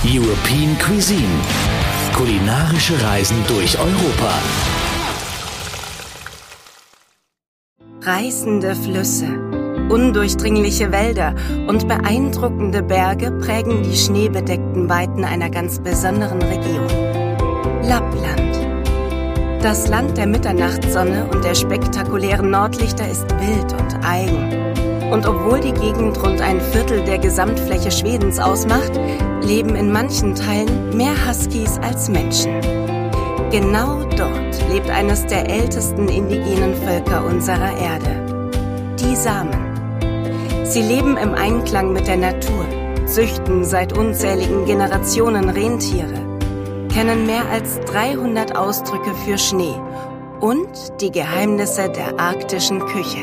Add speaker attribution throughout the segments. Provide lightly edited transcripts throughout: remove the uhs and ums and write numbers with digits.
Speaker 1: European Cuisine. Kulinarische Reisen durch Europa.
Speaker 2: Reißende Flüsse, undurchdringliche Wälder und beeindruckende Berge prägen die schneebedeckten Weiten einer ganz besonderen Region. Lappland. Das Land der Mitternachtssonne und der spektakulären Nordlichter ist wild und eigen. Und obwohl die Gegend rund ein Viertel der Gesamtfläche Schwedens ausmacht, leben in manchen Teilen mehr Huskies als Menschen. Genau dort lebt eines der ältesten indigenen Völker unserer Erde, die Samen. Sie leben im Einklang mit der Natur, züchten seit unzähligen Generationen Rentiere, kennen mehr als 300 Ausdrücke für Schnee und die Geheimnisse der arktischen Küche.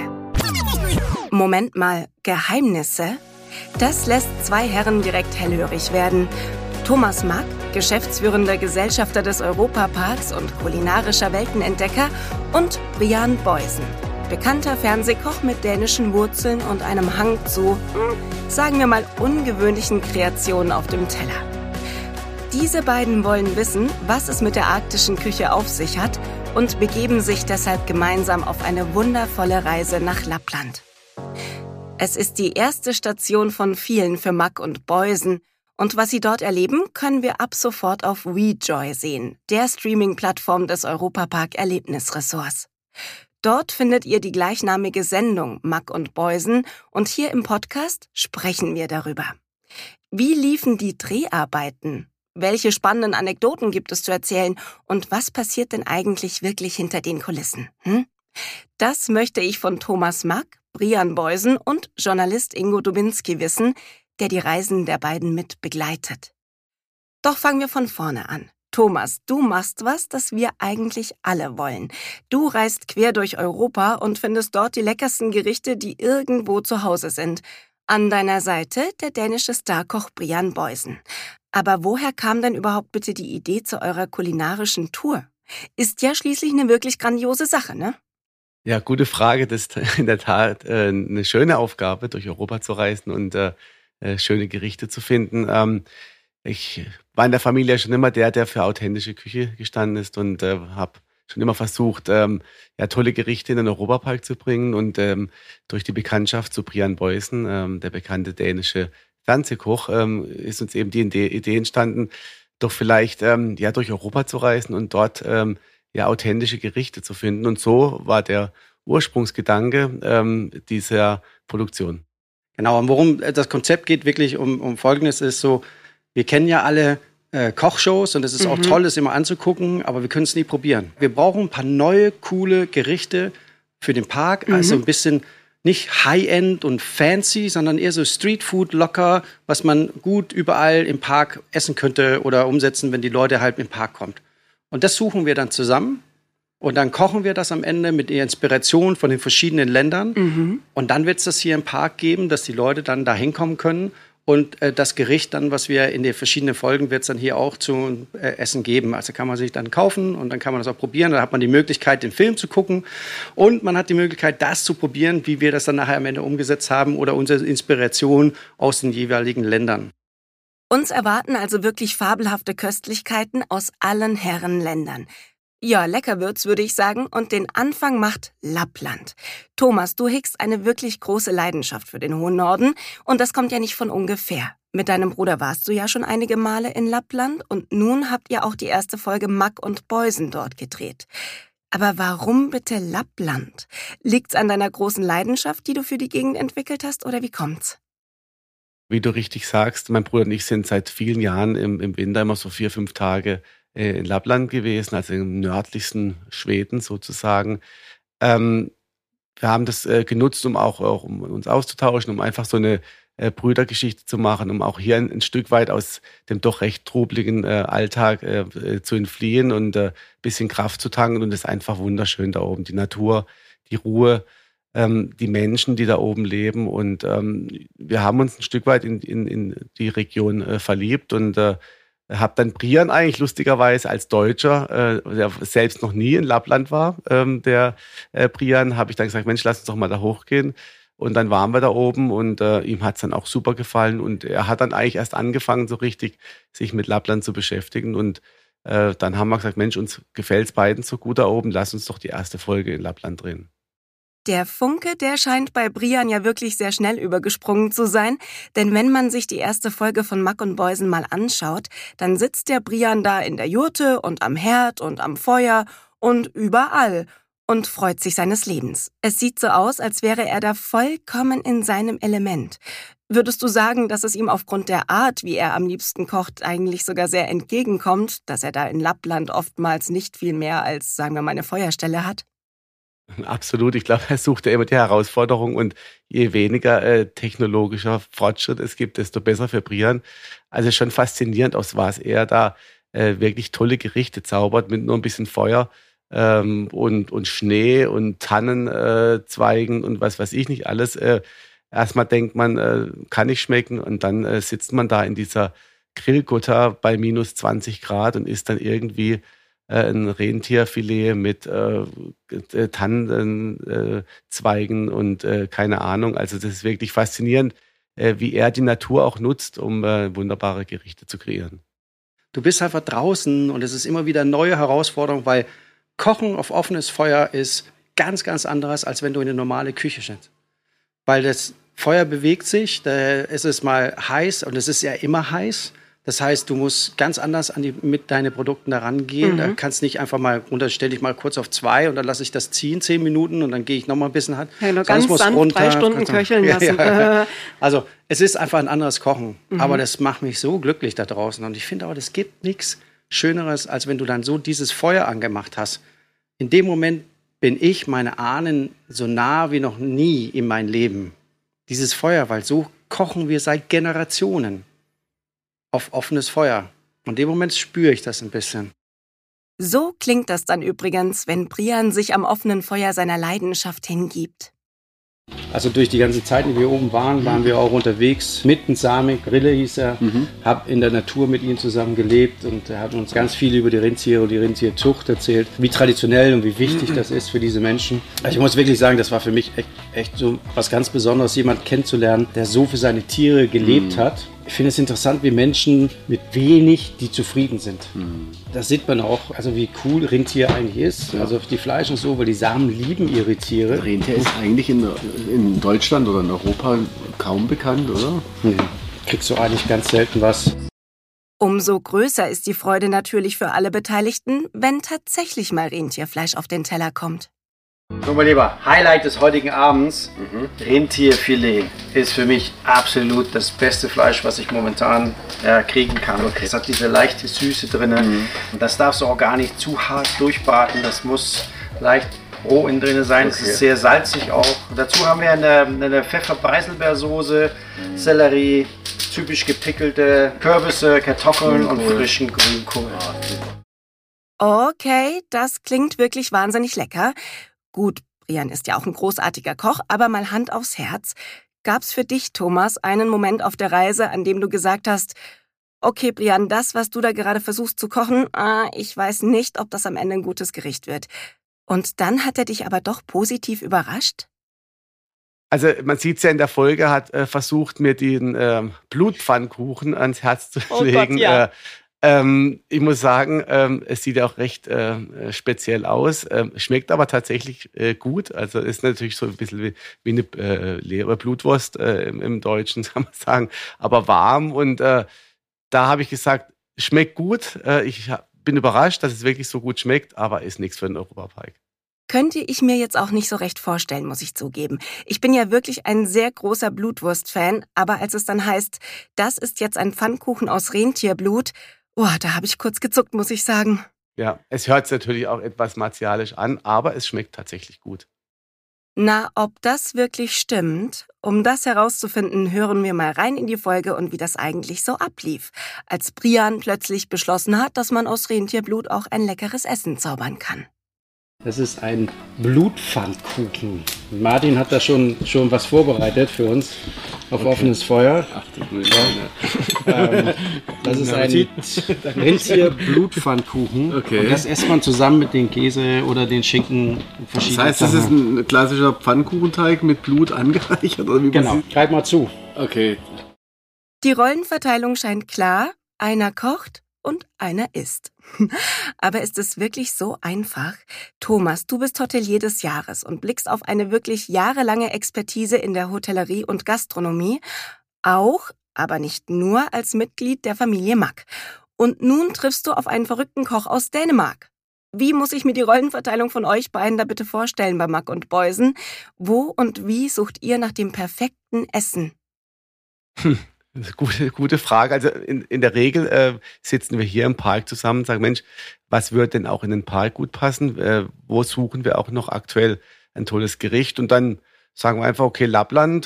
Speaker 2: Moment mal, Geheimnisse? Das lässt zwei Herren direkt hellhörig werden. Thomas Mack, geschäftsführender Gesellschafter des Europaparks und kulinarischer Weltenentdecker, und Brian Boysen, bekannter Fernsehkoch mit dänischen Wurzeln und einem Hang zu, sagen wir mal, ungewöhnlichen Kreationen auf dem Teller. Diese beiden wollen wissen, was es mit der arktischen Küche auf sich hat und begeben sich deshalb gemeinsam auf eine wundervolle Reise nach Lappland. Es ist die erste Station von vielen für Mack und Boysen. Und was Sie dort erleben, können wir ab sofort auf WeJoy sehen, der Streaming-Plattform des Europapark-Erlebnisressorts. Dort findet ihr die gleichnamige Sendung Mack und Boysen und hier im Podcast sprechen wir darüber. Wie liefen die Dreharbeiten? Welche spannenden Anekdoten gibt es zu erzählen? Und was passiert denn eigentlich wirklich hinter den Kulissen? Das möchte ich von Thomas Mack, Brian Boysen und Journalist Ingo Dubinski wissen, der die Reisen der beiden mit begleitet. Doch fangen wir von vorne an. Thomas, du machst was, das wir eigentlich alle wollen. Du reist quer durch Europa und findest dort die leckersten Gerichte, die irgendwo zu Hause sind. An deiner Seite der dänische Starkoch Brian Boysen. Aber woher kam denn überhaupt bitte die Idee zu eurer kulinarischen Tour? Ist ja schließlich eine wirklich grandiose Sache, ne?
Speaker 3: Ja, gute Frage. Das ist in der Tat eine schöne Aufgabe, durch Europa zu reisen und schöne Gerichte zu finden. Ich war in der Familie schon immer der für authentische Küche gestanden ist und habe schon immer versucht, tolle Gerichte in den Europapark zu bringen. Und durch die Bekanntschaft zu Brian Boysen, der bekannte dänische Fernsehkoch, ist uns eben die Idee entstanden, doch vielleicht durch Europa zu reisen und dort authentische Gerichte zu finden. Und so war der Ursprungsgedanke dieser Produktion.
Speaker 4: Genau, und worum das Konzept geht, wirklich um Folgendes ist so, wir kennen ja alle Kochshows und es ist auch toll, das immer anzugucken, aber wir können es nie probieren. Wir brauchen ein paar neue, coole Gerichte für den Park, also ein bisschen nicht High-End und fancy, sondern eher so Streetfood locker, was man gut überall im Park essen könnte oder umsetzen, wenn die Leute halt im Park kommen. Und das suchen wir dann zusammen und dann kochen wir das am Ende mit der Inspiration von den verschiedenen Ländern. Und dann wird es das hier im Park geben, dass die Leute dann da hinkommen können und das Gericht dann, was wir in den verschiedenen Folgen, wird es dann hier auch zu essen geben. Also kann man sich dann kaufen und dann kann man das auch probieren. Dann hat man die Möglichkeit, den Film zu gucken und man hat die Möglichkeit, das zu probieren, wie wir das dann nachher am Ende umgesetzt haben oder unsere Inspiration aus den jeweiligen Ländern.
Speaker 2: Uns erwarten also wirklich fabelhafte Köstlichkeiten aus allen Herrenländern. Ja, lecker wird's, würde ich sagen, und den Anfang macht Lappland. Thomas, du hegst eine wirklich große Leidenschaft für den hohen Norden und das kommt ja nicht von ungefähr. Mit deinem Bruder warst du ja schon einige Male in Lappland und nun habt ihr auch die erste Folge Mack und Boysen dort gedreht. Aber warum bitte Lappland? Liegt's an deiner großen Leidenschaft, die du für die Gegend entwickelt hast, oder wie kommt's?
Speaker 3: Wie du richtig sagst, mein Bruder und ich sind seit vielen Jahren im Winter immer so 4-5 Tage in Lappland gewesen, also im nördlichsten Schweden sozusagen. Wir haben das genutzt, um um uns auszutauschen, um einfach so eine Brüdergeschichte zu machen, um auch hier ein Stück weit aus dem doch recht trubeligen Alltag zu entfliehen und ein bisschen Kraft zu tanken. Und es ist einfach wunderschön da oben. Die Natur, die Ruhe, die Menschen, die da oben leben. Und wir haben uns ein Stück weit in die Region verliebt und habe dann Brian eigentlich lustigerweise als Deutscher, der selbst noch nie in Lappland war, der Brian, habe ich dann gesagt, Mensch, lass uns doch mal da hochgehen. Und dann waren wir da oben und ihm hat's dann auch super gefallen. Und er hat dann eigentlich erst angefangen, so richtig sich mit Lappland zu beschäftigen. Und dann haben wir gesagt, Mensch, uns gefällt's beiden so gut da oben, lass uns doch die erste Folge in Lappland drehen.
Speaker 2: Der Funke, der scheint bei Brian ja wirklich sehr schnell übergesprungen zu sein. Denn wenn man sich die erste Folge von Mack und Boysen mal anschaut, dann sitzt der Brian da in der Jurte und am Herd und am Feuer und überall und freut sich seines Lebens. Es sieht so aus, als wäre er da vollkommen in seinem Element. Würdest du sagen, dass es ihm aufgrund der Art, wie er am liebsten kocht, eigentlich sogar sehr entgegenkommt, dass er da in Lappland oftmals nicht viel mehr als, sagen wir mal, eine Feuerstelle hat?
Speaker 3: Absolut. Ich glaube, er sucht ja immer die Herausforderung und je weniger technologischer Fortschritt es gibt, desto besser für Brian. Also schon faszinierend, aus was er da wirklich tolle Gerichte zaubert mit nur ein bisschen Feuer und Schnee und Tannenzweigen und was weiß ich nicht alles. Erstmal denkt man, kann nicht schmecken und dann sitzt man da in dieser Grillgutter bei minus 20 Grad und isst dann irgendwie ein Rentierfilet mit Tannenzweigen und keine Ahnung. Also das ist wirklich faszinierend, wie er die Natur auch nutzt, um wunderbare Gerichte zu kreieren.
Speaker 4: Du bist einfach draußen und es ist immer wieder eine neue Herausforderung, weil Kochen auf offenes Feuer ist ganz, ganz anderes, als wenn du in eine normale Küche sitzt. Weil das Feuer bewegt sich, da ist es mal heiß und es ist ja immer heiß. Das heißt, du musst ganz anders mit deinen Produkten da rangehen. Da kannst nicht einfach mal runter, stell dich mal kurz auf 2 und dann lasse ich das ziehen, 10 Minuten und dann gehe ich noch mal ein bisschen halt.
Speaker 2: Ja, nur ganz sanft runter, 3 Stunden köcheln lassen.
Speaker 4: Ja. Also es ist einfach ein anderes Kochen. Aber das macht mich so glücklich da draußen. Und ich finde auch, es gibt nichts Schöneres, als wenn du dann so dieses Feuer angemacht hast. In dem Moment bin ich meine Ahnen so nah wie noch nie in mein Leben. Dieses Feuer, weil so kochen wir seit Generationen. Auf offenes Feuer. Und in dem Moment spüre ich das ein bisschen.
Speaker 2: So klingt das dann übrigens, wenn Brian sich am offenen Feuer seiner Leidenschaft hingibt.
Speaker 4: Also durch die ganze Zeit, die wir oben waren wir auch unterwegs. Mitten Sami, Grille hieß er. Hab in der Natur mit ihm zusammen gelebt und er hat uns ganz viel über die Rentiere und die Rentierzucht erzählt. Wie traditionell und wie wichtig das ist für diese Menschen. Also ich muss wirklich sagen, das war für mich echt so was ganz Besonderes, jemanden kennenzulernen, der so für seine Tiere gelebt hat. Ich finde es interessant, wie Menschen mit wenig, die zufrieden sind. Das sieht man auch, also wie cool Rentier eigentlich ist. Ja. Also die Fleisch und so, weil die Samen lieben ihre Tiere.
Speaker 5: Rentier ist eigentlich in Deutschland oder in Europa kaum bekannt, oder?
Speaker 4: Kriegst du eigentlich ganz selten was.
Speaker 2: Umso größer ist die Freude natürlich für alle Beteiligten, wenn tatsächlich mal Rentierfleisch auf den Teller kommt.
Speaker 4: So, mein Lieber, Highlight des heutigen Abends, Rentierfilet, ist für mich absolut das beste Fleisch, was ich momentan kriegen kann. Okay. Es hat diese leichte Süße drin und das darfst du auch gar nicht zu hart durchbraten, das muss leicht roh innen drin sein. Es ist sehr salzig auch. Und dazu haben wir eine Pfeffer-Preiselbeersoße, Sellerie, typisch gepickelte Kürbisse, Kartoffeln und frischen Grünkohl.
Speaker 2: Okay, das klingt wirklich wahnsinnig lecker. Gut, Brian ist ja auch ein großartiger Koch, aber mal Hand aufs Herz. Gab's für dich, Thomas, einen Moment auf der Reise, an dem du gesagt hast, okay, Brian, das, was du da gerade versuchst zu kochen, ich weiß nicht, ob das am Ende ein gutes Gericht wird. Und dann hat er dich aber doch positiv überrascht?
Speaker 3: Also man sieht es ja in der Folge, hat versucht, mir den Blutpfannkuchen ans Herz zu legen.
Speaker 2: Gott, ja.
Speaker 3: Ich muss sagen, es sieht ja auch recht speziell aus, schmeckt aber tatsächlich gut. Also ist natürlich so ein bisschen wie eine Leberblutwurst im Deutschen, kann man sagen, aber warm. Und da habe ich gesagt, schmeckt gut. Ich bin überrascht, dass es wirklich so gut schmeckt, aber ist nichts für den Europapark.
Speaker 2: Könnte ich mir jetzt auch nicht so recht vorstellen, muss ich zugeben. Ich bin ja wirklich ein sehr großer Blutwurst-Fan, aber als es dann heißt, das ist jetzt ein Pfannkuchen aus Rentierblut, da habe ich kurz gezuckt, muss ich sagen.
Speaker 3: Ja, es hört sich natürlich auch etwas martialisch an, aber es schmeckt tatsächlich gut.
Speaker 2: Na, ob das wirklich stimmt? Um das herauszufinden, hören wir mal rein in die Folge und wie das eigentlich so ablief, als Brian plötzlich beschlossen hat, dass man aus Rentierblut auch ein leckeres Essen zaubern kann.
Speaker 4: Das ist ein Blutpfannkuchen. Martin hat da schon was vorbereitet für uns auf offenes Feuer.
Speaker 5: Ach,
Speaker 4: das ist ein Rentier-Blutpfannkuchen.
Speaker 5: Okay.
Speaker 4: Und das isst man zusammen mit den Käse oder den Schinken.
Speaker 5: Das heißt, das ist ein klassischer Pfannkuchenteig mit Blut angereichert? Oder wie
Speaker 4: genau, greif mal zu.
Speaker 5: Okay.
Speaker 2: Die Rollenverteilung scheint klar. Einer kocht und einer isst. Aber ist es wirklich so einfach? Thomas, du bist Hotelier des Jahres und blickst auf eine wirklich jahrelange Expertise in der Hotellerie und Gastronomie, auch, aber nicht nur, als Mitglied der Familie Mack. Und nun triffst du auf einen verrückten Koch aus Dänemark. Wie muss ich mir die Rollenverteilung von euch beiden da bitte vorstellen bei Mack und Boysen? Wo und wie sucht ihr nach dem perfekten Essen?
Speaker 3: Das ist eine gute Frage. Also in der Regel sitzen wir hier im Park zusammen und sagen, Mensch, was würde denn auch in den Park gut passen? Wo suchen wir auch noch aktuell ein tolles Gericht? Und dann sagen wir einfach, okay, Lappland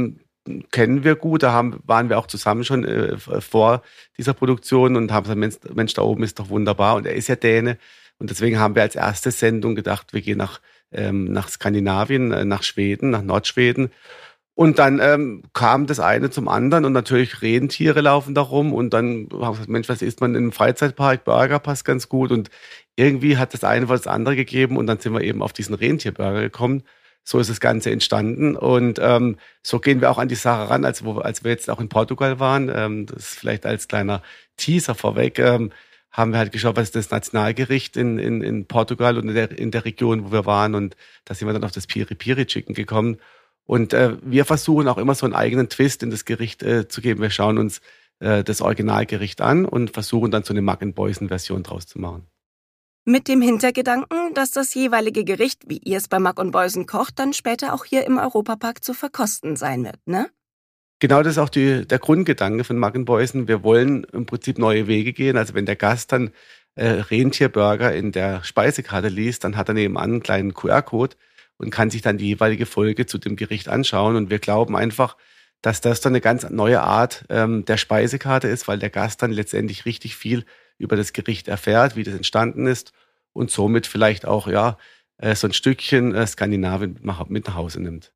Speaker 3: kennen wir gut. Waren wir auch zusammen schon vor dieser Produktion und haben gesagt, Mensch, da oben ist doch wunderbar. Und er ist ja Däne. Und deswegen haben wir als erste Sendung gedacht, wir gehen nach Skandinavien, nach Schweden, nach Nordschweden. Und dann kam das eine zum anderen und natürlich Rentiere laufen da rum und dann haben wir gesagt, Mensch, was isst man in einem Freizeitpark? Burger passt ganz gut und irgendwie hat das eine was das andere gegeben und dann sind wir eben auf diesen Rentierburger gekommen. So ist das Ganze entstanden und so gehen wir auch an die Sache ran, als wir jetzt auch in Portugal waren. Das ist vielleicht als kleiner Teaser vorweg. Haben wir halt geschaut, was ist das Nationalgericht in Portugal und in der Region, wo wir waren und da sind wir dann auf das Piri Piri Chicken gekommen. Und wir versuchen auch immer so einen eigenen Twist in das Gericht zu geben. Wir schauen uns das Originalgericht an und versuchen dann so eine Mack & Boysen-Version draus zu machen.
Speaker 2: Mit dem Hintergedanken, dass das jeweilige Gericht, wie ihr es bei Mack & Boysen kocht, dann später auch hier im Europapark zu verkosten sein wird, ne?
Speaker 3: Genau, das ist auch der Grundgedanke von Mack & Boysen. Wir wollen im Prinzip neue Wege gehen. Also wenn der Gast dann Rentierburger in der Speisekarte liest, dann hat er nebenan einen kleinen QR-Code und kann sich dann die jeweilige Folge zu dem Gericht anschauen. Und wir glauben einfach, dass das dann eine ganz neue Art der Speisekarte ist, weil der Gast dann letztendlich richtig viel über das Gericht erfährt, wie das entstanden ist und somit vielleicht auch so ein Stückchen Skandinavien mit nach Hause nimmt.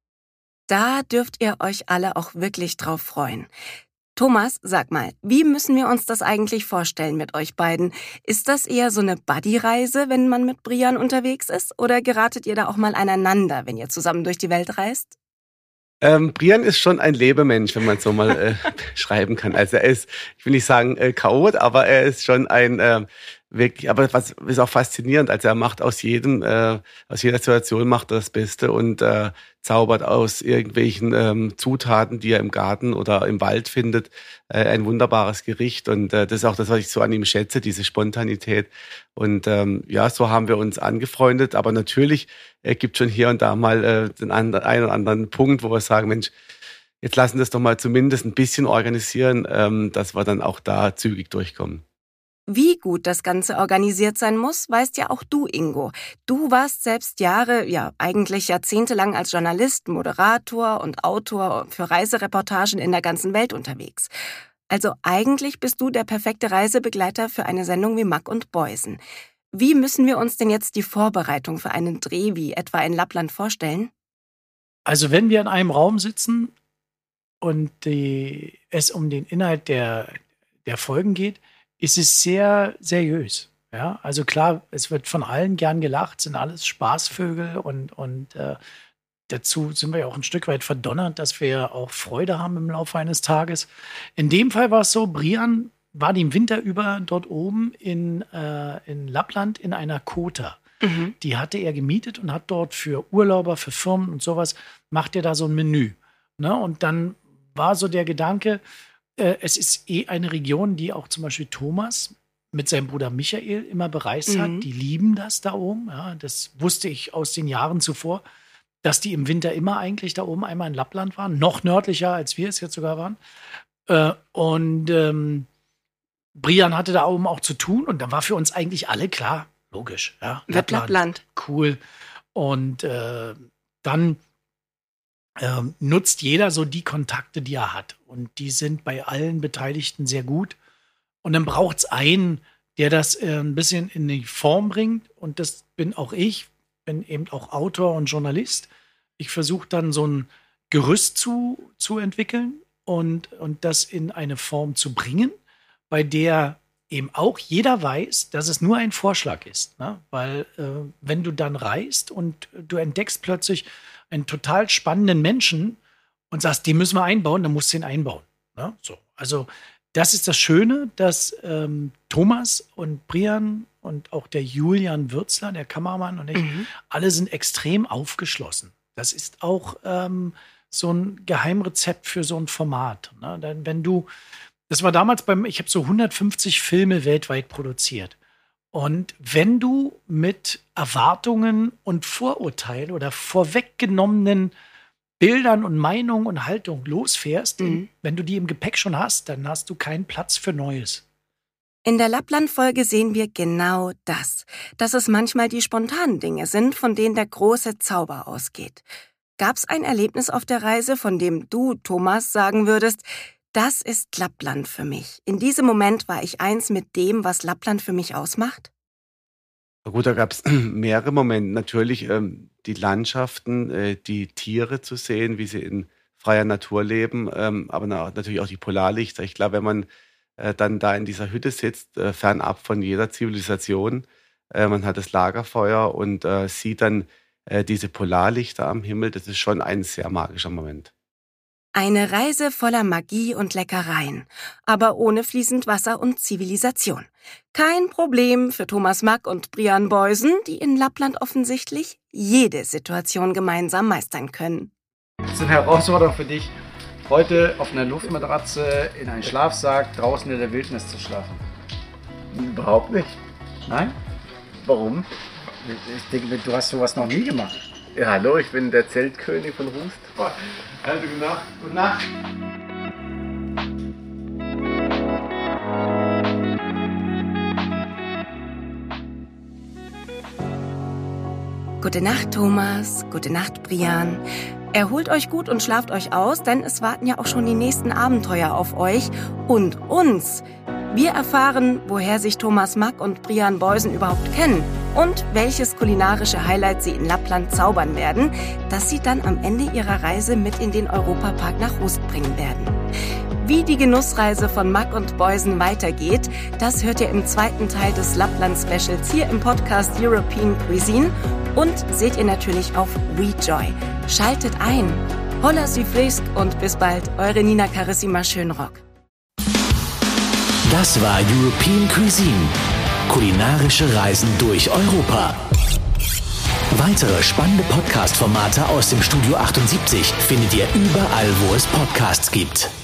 Speaker 2: Da dürft ihr euch alle auch wirklich drauf freuen. Thomas, sag mal, wie müssen wir uns das eigentlich vorstellen mit euch beiden? Ist das eher so eine Buddy-Reise, wenn man mit Brian unterwegs ist? Oder geratet ihr da auch mal aneinander, wenn ihr zusammen durch die Welt reist?
Speaker 3: Brian ist schon ein Lebemensch, wenn man es so mal schreiben kann. Also er ist, ich will nicht sagen Chaot, aber er ist schon ein wirklich, aber was ist auch faszinierend, also er macht aus jeder Situation macht er das Beste und zaubert aus irgendwelchen Zutaten, die er im Garten oder im Wald findet, ein wunderbares Gericht und das ist auch das, was ich so an ihm schätze, diese Spontanität und so haben wir uns angefreundet, aber natürlich gibt schon hier und da mal den einen oder anderen Punkt, wo wir sagen, Mensch, jetzt lassen wir das doch mal zumindest ein bisschen organisieren, dass wir dann auch da zügig durchkommen.
Speaker 2: Wie gut das Ganze organisiert sein muss, weißt ja auch du, Ingo. Du warst selbst Jahre, eigentlich jahrzehntelang als Journalist, Moderator und Autor für Reisereportagen in der ganzen Welt unterwegs. Also eigentlich bist du der perfekte Reisebegleiter für eine Sendung wie Mack & Boysen. Wie müssen wir uns denn jetzt die Vorbereitung für einen Dreh wie etwa in Lappland vorstellen?
Speaker 6: Also wenn wir in einem Raum sitzen und es um den Inhalt der Folgen geht, ist es sehr seriös. Ja, also klar, es wird von allen gern gelacht, sind alles Spaßvögel und dazu sind wir ja auch ein Stück weit verdonnert, dass wir auch Freude haben im Laufe eines Tages. In dem Fall war es so, Brian war den Winter über dort oben in Lappland in einer Kota. Mhm. Die hatte er gemietet und hat dort für Urlauber, für Firmen und sowas, macht er da so ein Menü. Ne? Und dann war so der Gedanke, es ist eine Region, die auch zum Beispiel Thomas mit seinem Bruder Michael immer bereist hat. Die lieben das da oben. Ja, das wusste ich aus den Jahren zuvor, dass die im Winter immer eigentlich da oben einmal in Lappland waren. Noch nördlicher, als wir es jetzt sogar waren. Brian hatte da oben auch zu tun. Und dann war für uns eigentlich alle klar, logisch. Ja,
Speaker 2: Lappland.
Speaker 6: Cool. Und dann nutzt jeder so die Kontakte, die er hat. Und die sind bei allen Beteiligten sehr gut. Und dann braucht es einen, der das ein bisschen in die Form bringt. Und das bin auch ich. bin eben auch Autor und Journalist. Ich versuche dann so ein Gerüst zu entwickeln und das in eine Form zu bringen, bei der eben auch jeder weiß, dass es nur ein Vorschlag ist. Ne? Weil wenn du dann reist und du entdeckst plötzlich einen total spannenden Menschen und sagst, den müssen wir einbauen, dann musst du ihn einbauen. Ne? So. Also das ist das Schöne, dass Thomas und Brian und auch der Julian Würzler, der Kameramann und ich, alle sind extrem aufgeschlossen. Das ist auch so ein Geheimrezept für so ein Format. Ne? Denn wenn du, das war damals ich habe so 150 Filme weltweit produziert. Und wenn du mit Erwartungen und Vorurteilen oder vorweggenommenen Bildern und Meinungen und Haltung losfährst, wenn du die im Gepäck schon hast, dann hast du keinen Platz für Neues.
Speaker 2: In der Lappland-Folge sehen wir genau das, dass es manchmal die spontanen Dinge sind, von denen der große Zauber ausgeht. Gab's ein Erlebnis auf der Reise, von dem du, Thomas, sagen würdest, das ist Lappland für mich. In diesem Moment war ich eins mit dem, was Lappland für mich ausmacht?
Speaker 3: Na gut, da gab es mehrere Momente. Natürlich die Landschaften, die Tiere zu sehen, wie sie in freier Natur leben, aber natürlich auch die Polarlichter. Ich glaube, wenn man dann da in dieser Hütte sitzt, fernab von jeder Zivilisation, man hat das Lagerfeuer und sieht dann diese Polarlichter am Himmel, das ist schon ein sehr magischer Moment.
Speaker 2: Eine Reise voller Magie und Leckereien, aber ohne fließend Wasser und Zivilisation. Kein Problem für Thomas Mack und Brian Boysen, die in Lappland offensichtlich jede Situation gemeinsam meistern können.
Speaker 4: Das ist eine Herausforderung für dich, heute auf einer Luftmatratze in einem Schlafsack draußen in der Wildnis zu schlafen.
Speaker 5: Überhaupt nicht.
Speaker 4: Nein?
Speaker 5: Warum?
Speaker 4: Ich denke, du hast sowas noch nie gemacht.
Speaker 5: Ja, hallo, ich bin der Zeltkönig von Rust.
Speaker 3: Also, gute Nacht. Gute Nacht.
Speaker 2: Gute Nacht, Thomas. Gute Nacht, Brian. Erholt euch gut und schlaft euch aus, denn es warten ja auch schon die nächsten Abenteuer auf euch und uns. Wir erfahren, woher sich Thomas Mack und Brian Boysen überhaupt kennen und welches kulinarische Highlight sie in Lappland zaubern werden, das sie dann am Ende ihrer Reise mit in den Europapark nach Rust bringen werden. Wie die Genussreise von Mack und Boysen weitergeht, das hört ihr im zweiten Teil des Lappland-Specials hier im Podcast European Cuisine und seht ihr natürlich auf WeJoy. Schaltet ein. Holla Süflisk und bis bald, eure Nina Carissima Schönrock.
Speaker 1: Das war European Cuisine. Kulinarische Reisen durch Europa. Weitere spannende Podcast-Formate aus dem Studio 78 findet ihr überall, wo es Podcasts gibt.